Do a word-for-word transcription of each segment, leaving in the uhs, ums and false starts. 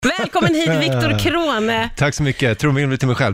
Välkommen hit, Viktor Krone. Tack så mycket. Trumvirvel till mig själv.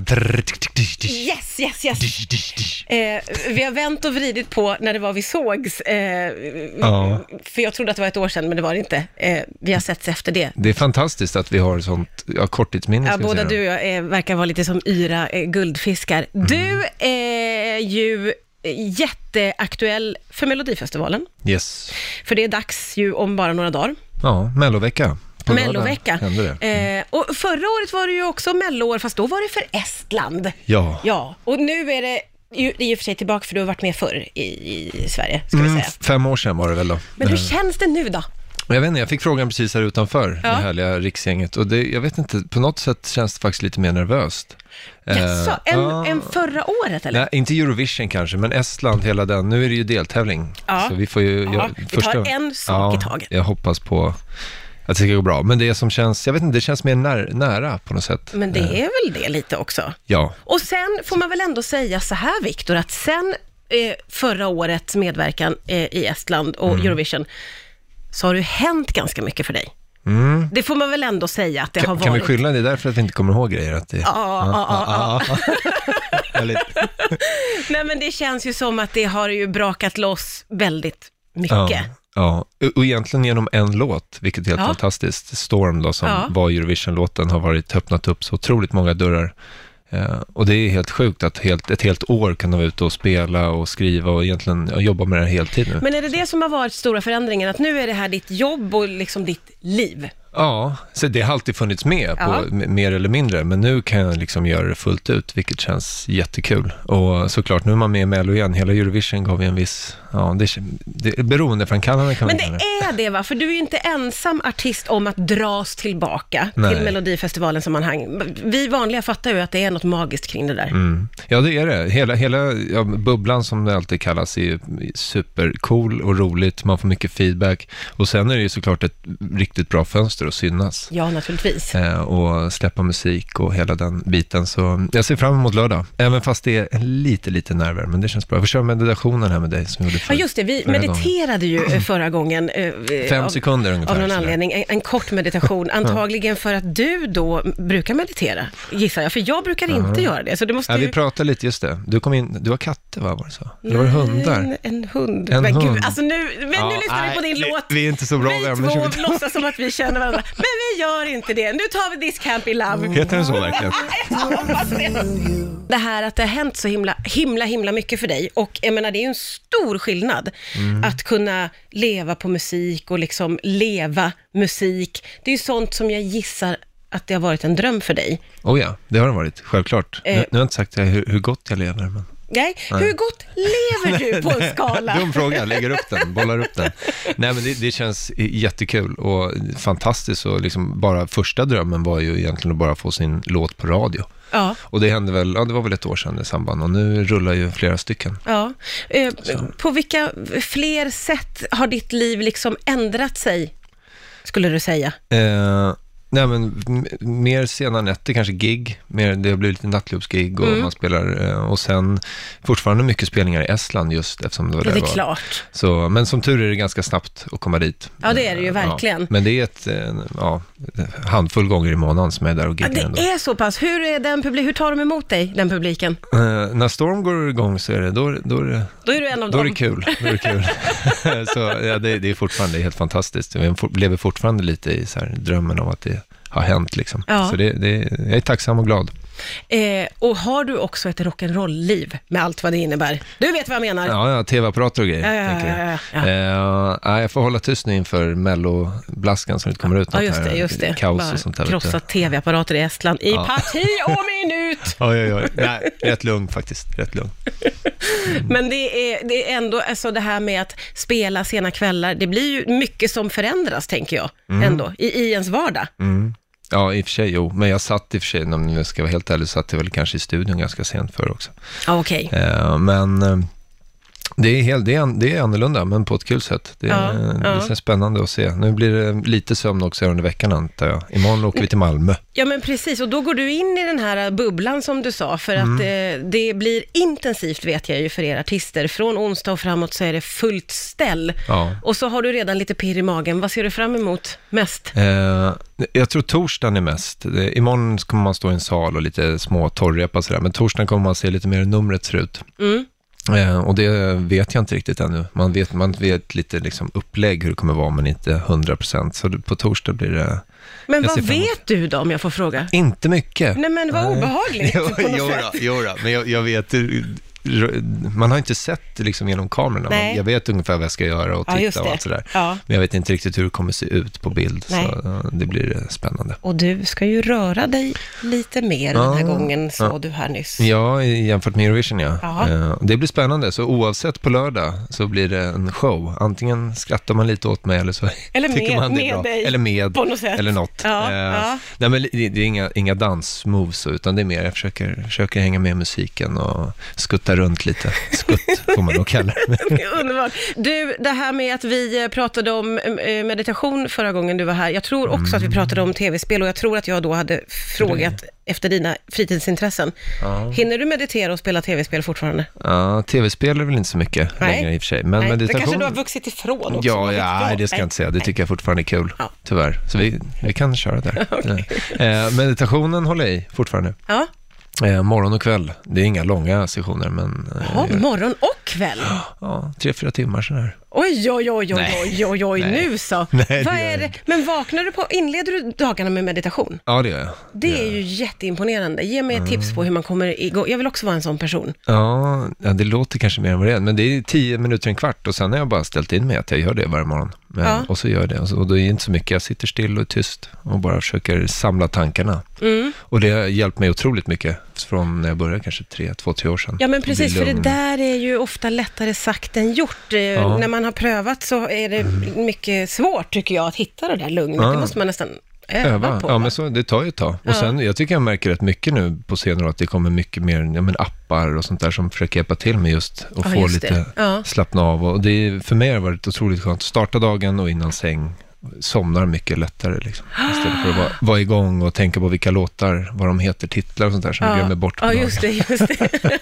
Yes, yes, yes. Eh, vi har vänt och vridit på när det var vi sågs. Eh, ja. För jag trodde att det var ett år sedan, men det var det inte. Eh, vi har setts efter det. Det är fantastiskt att vi har sånt ja, korttidsminne. Ja, båda du och jag är, verkar vara lite som yra eh, guldfiskar. Mm. Du är ju jätteaktuell för Melodifestivalen. Yes. För det är dags ju om bara några dagar. Ja, Mellovecka. Mellovecka. Eh, och förra året var det ju också melloår, fast då var det för Estland. Ja. Ja. Och nu är det ju, det är ju för sig tillbaka, för du har varit med förr i, i Sverige, ska mm, vi säga. Fem år sedan var det väl då. Men hur känns det nu då? Jag vet inte, jag fick frågan precis här utanför, ja. Det härliga riksgänget. Och det, jag vet inte, på något sätt känns det faktiskt lite mer nervöst. Jaså, eh, en, ja. en förra året eller? Nej, inte Eurovision kanske, men Estland, hela den. Nu är det ju deltävling. Ja. Så vi får ju... Ja, jag, vi första, tar en sak ja, i taget. Jag hoppas på att det ska gå bra. Men det som känns, jag vet inte, det känns mer när, nära på något sätt. Men det är väl det lite också? Ja. Och sen får man väl ändå säga så här, Viktor, att sen eh, förra årets medverkan eh, i Estland och mm. Eurovision, så har det hänt ganska mycket för dig. Mm. Det får man väl ändå säga att det kan, har varit. Kan vi skylla det därför att vi inte kommer ihåg grejer? Att det... Ja, ja, ja, ja. Nej, men det känns ju som att det har ju brakat loss väldigt mycket. Ja. Ja, och egentligen genom en låt, vilket är helt ja. fantastiskt. Storm då, som ja. var Eurovision-låten, har varit öppnat upp så otroligt många dörrar. Uh, och det är helt sjukt att helt, ett helt år kan de vara ute och spela och skriva och egentligen ja, jobba med det här heltid nu. Men är det det som har varit stora förändringen? Att nu är det här ditt jobb och liksom ditt liv? Ja, så det har alltid funnits med på ja. m- mer eller mindre, men nu kan jag liksom göra det fullt ut, vilket känns jättekul. Och såklart, nu är man med i Mello igen. Hela Eurovision gav ju en viss, ja, det, det är beroendeframkallande kan man Men det är det va? För du är ju inte ensam artist om att dras tillbaka Nej. till Melodifestivalen som man hang. Vi vanliga fattar ju att det är något magiskt kring det där. Mm. Ja, det är det. Hela, hela ja, bubblan som det alltid kallas är supercool och roligt. Man får mycket feedback. Och sen är det ju såklart ett riktigt bra fönster att synas. Ja, naturligtvis. Eh, och släppa musik och hela den biten. Så jag ser fram emot lördag. Även fast det är en lite, lite nerver. Men det känns bra. Jag får köra meditationen här med dig som gjorde för, ja, just det. Vi mediterade gången. ju förra gången. Eh, Fem av, sekunder ungefär. Av någon anledning. En, en kort meditation. Antagligen för att du då brukar meditera, gissar jag. För jag brukar uh-huh. inte göra det. Så det måste ja, ju... vi pratar lite, just det. Du kom in, du har katter, va? Var det så? Eller var det hundar? En, en hund. En men hund. Gud, alltså nu, men ja, nu lyssnar nej, vi på din vi, låt. Vi är inte så bra. Vi två vi... låtsas som att vi känner varandra. Men vi gör inte det. Nu tar vi This Camp in Love. Heter den så verkligen? Det här att det har hänt så himla, himla, himla mycket för dig. Och jag menar, det är ju en stor skillnad mm. att kunna leva på musik och liksom leva musik. Det är ju sånt som jag gissar att det har varit en dröm för dig. Oh ja, det har det varit, självklart. Eh. Nu, nu har jag inte sagt hur, hur gott jag lever, men... Nej, Nej, hur gott lever du på en skala? Dum fråga, lägger upp den, bollar upp den. Nej, men det, det känns jättekul och fantastiskt. Och liksom bara första drömmen var ju egentligen att bara få sin låt på radio. Ja. Och det hände väl, ja det var väl ett år sedan i samband. Och nu rullar ju flera stycken. Ja. Eh, på vilka fler sätt har ditt liv liksom ändrat sig, skulle du säga? Eh... Nej, men m- mer sena nätter, kanske gig. Mer, det har blivit lite nattklubbsgig och mm. man spelar. Och sen fortfarande mycket spelningar i Estland just eftersom det var ja, där det är var. Klart. Så, men som tur är det ganska snabbt att komma dit. Ja, det är det ju verkligen. Ja, men det är ett ja, handfull gånger i månaden som är där och giggar. Ja, det ändå. är så pass. Hur är den publik? Hur tar de emot dig, den publiken? Uh, när Storm går igång så är det, då, då är det, då är du en av då dem. Är det kul. Då är det kul. Så ja, det, det är fortfarande helt fantastiskt. Jag lever fortfarande lite i så här, drömmen om att det har hänt liksom. Ja. Så det, det, jag är tacksam och glad. Eh, och har du också ett rock'n'roll-liv med allt vad det innebär? Du vet vad jag menar. Ja, ja tv-apparater och grejer. Ja, ja, ja, ja, ja. Eh, jag får hålla tyst nu inför Mello-blaskan som inte kommer ut. Ja, just det, just det. Kaos bara och sånt där. krossa tv-apparater i Estland i ja. parti och minut. Oj, oj, oj. Nej, rätt lugn faktiskt. Rätt lugn. Mm. Men det är, det är ändå, alltså det här med att spela sena kvällar, det blir ju mycket som förändras, tänker jag, mm. ändå, i, i ens vardag. Mm. Ja, i och för sig, jo. Men jag satt i och för sig, om jag ska vara helt ärlig, satt jag väl kanske i studion ganska sent för också. Ja, okej. Okay. Eh, men Det är, helt, det, är, det är annorlunda, men på ett kul sätt. Det, ja, det ja. är spännande att se. Nu blir det lite sömn också under veckan, antar jag. Imorgon åker vi till Malmö. Ja, men precis. Och då går du in i den här bubblan som du sa, för mm. att eh, det blir intensivt, vet jag ju, för er artister. Från onsdag och framåt så är det fullt ställ. Ja. Och så har du redan lite pirr i magen. Vad ser du fram emot mest? Eh, jag tror torsdagen är mest. Imorgon kommer man stå i en sal och lite små torrrepa sådär. Men torsdagen kommer man se lite mer hur numret ser ut. Mm. Eh, och det vet jag inte riktigt ännu. Man vet, man vet lite liksom upplägg hur det kommer vara, men inte hundra procent. Så på torsdag blir det... Men vad vet du då, om jag får fråga? Inte mycket. Nej, men vad obehagligt. jo, jo, jo, jo, men jag, jag vet... Man har inte sett liksom genom kamerorna. Man, jag vet ungefär vad jag ska göra och titta ja, och allt sådär. Ja. Men jag vet inte riktigt hur det kommer se ut på bild. Nej. Så det blir spännande. Och du ska ju röra dig lite mer ja. den här gången, sa ja. du här nyss. Ja, jämfört med Eurovision, ja. ja. Det blir spännande. Så oavsett på lördag så blir det en show. Antingen skrattar man lite åt mig eller så eller tycker med, man det är med bra. Dig eller med, på något sätt. Eller något. Ja. Uh, ja. Nej, men det, det är inga, inga dansmoves, utan det är mer jag försöker, försöker hänga med musiken och skutta runt lite. Skutt får man nog kalla det. Underbart. Du, det här med att vi pratade om meditation förra gången du var här. Jag tror också mm. att vi pratade om tv-spel, och jag tror att jag då hade frågat efter dina fritidsintressen. Ja. Hinner du meditera och spela tv-spel fortfarande? Ja, tv-spel är väl inte så mycket Nej. längre i och för sig. Men Nej, meditation... det kanske du har vuxit ifrån också. Ja, ja det ska jag inte säga. Det tycker jag fortfarande är kul, ja. tyvärr. Så vi, vi kan köra där. Okay. Eh, meditationen håller i fortfarande. Ja. Eh, morgon och kväll. Det är inga långa sessioner, men... Eh, ja, morgon och kväll? Ja, tre, fyra timmar sån här. Oj, oj, oj, oj, oj, oj, oj, nu så. Nej, Vad är det? Men vaknar du på, inleder du dagarna med meditation? Ja, det gör jag. Det, det är ju jätteimponerande. Ge mig ett mm. tips på hur man kommer igång. Jag vill också vara en sån person. Ja, ja, det låter kanske mer än vad det är. Men det är tio minuter, en kvart. Och sen har jag bara ställt in mig att jag gör det varje morgon. Men, ja. Och så gör jag det. Och, så, och då är det inte så mycket. Jag sitter still och är tyst och bara försöker samla tankarna. Mm. Och det har hjälpt mig otroligt mycket från när jag började, kanske tre, två, tre år sedan. Ja, men precis. För det där är ju ofta lättare sagt än gjort. Ja. När man har prövat så är det mycket svårt, tycker jag, att hitta det där lugnet. Ja. Det måste man nästan öva, öva. på. Ja, men så, det tar ju ett tag. Ja. Och sen, jag tycker jag märker rätt mycket nu på senare att det kommer mycket mer ja, men appar och sånt där som försöker hjälpa till med just att ja, få just lite ja. slappna av. Och det är, för mig har det varit otroligt skönt att starta dagen och innan säng somnar mycket lättare liksom. Istället för att vara, vara igång och tänka på vilka låtar, vad de heter, titlar och sånt där som ja. glömmer bort på Ja, dagen. just det, just det.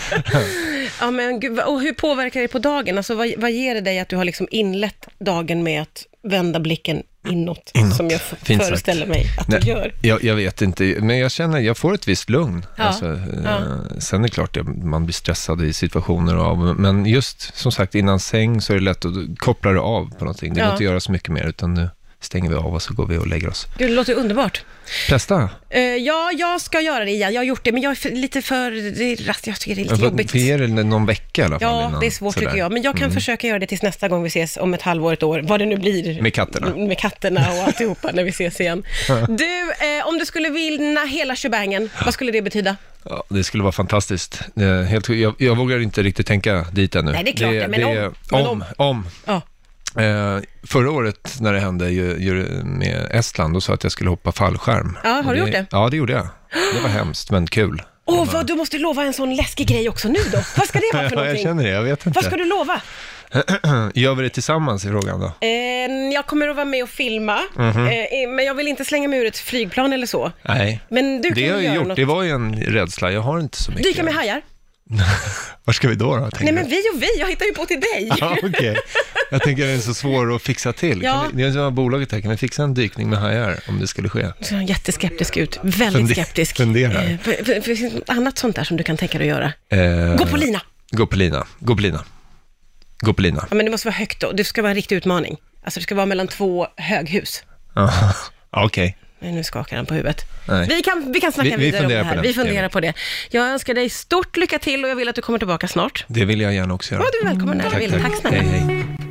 Ja, men gud, och hur påverkar det på dagen? Alltså, vad, vad ger det dig att du har liksom inlett dagen med att vända blicken inåt, inåt. som jag f- föreställer sagt. mig att Nej, du gör? Jag, jag vet inte, men jag känner jag får ett visst lugn. Ja. Alltså, ja. eh, sen är det klart att man blir stressad i situationer av, men just som sagt innan säng så är det lätt att koppla det av på någonting. Det går ja. inte att göra så mycket mer, utan nu stänger vi av och så går vi och lägger oss. Det låter underbart. Testa. Uh, ja, jag ska göra det igen. Jag har gjort det, men jag är för, lite för... Det är, jag tycker det är lite ja, jobbigt. För er är det någon vecka i alla fall. Ja, innan, det är svårt sådär. tycker jag. Men jag kan mm. försöka göra det tills nästa gång vi ses om ett halvår, ett år. Vad det nu blir. Med katterna. Med katterna och alltihopa när vi ses igen. Du, eh, om du skulle vinna hela shebangen, vad skulle det betyda? Ja, det skulle vara fantastiskt. Helt, jag, jag vågar inte riktigt tänka dit ännu. Nej, det är klart. Det, men det, om. Om. om. om. Ja. Eh, förra året när det hände ju, ju med Estland, då sa att jag skulle hoppa fallskärm. Ja, har du det, gjort det? Ja, det gjorde jag. Det var hemskt, men kul. Åh, oh, vad, du måste lova en sån läskig grej också nu då. Vad ska det vara för ja, någonting? Jag känner det, jag vet inte. Vad ska du lova? Gör vi det tillsammans i frågan då? Eh, jag kommer att vara med och filma, mm-hmm. eh, men jag vill inte slänga mig ur ett flygplan eller så. Nej, men du det kan har jag gjort. Något. Det var ju en rädsla, jag har inte så mycket. Dyka med hajar? Var ska vi då då? Nej, men vi och vi, jag hittar ju på till dig. Ja, okej. Okay. Jag tänker att det är så svår att fixa till. Ja. Kan vi, det är bolaget här, kan vi fixa en dykning med hajar om det skulle ske? Så jätteskeptisk ut, väldigt Funder, skeptisk. Fundera. Eh, finns det något annat sånt där som du kan tänka dig att göra? Eh, gå på lina. Gå på lina, gå på lina. Gå på lina. Ja, men det måste vara högt då. Det ska vara en riktig utmaning. Alltså det ska vara mellan två höghus. Ja, okej. Okay. Nu skakar han på huvudet. Vi kan, vi kan snacka vi, vi vidare om det här. Det. Vi funderar på det. Jag önskar dig stort lycka till och jag vill att du kommer tillbaka snart. Det vill jag gärna också göra. Ja, du är välkommen när du vill. Tack snälla. Hej, hej.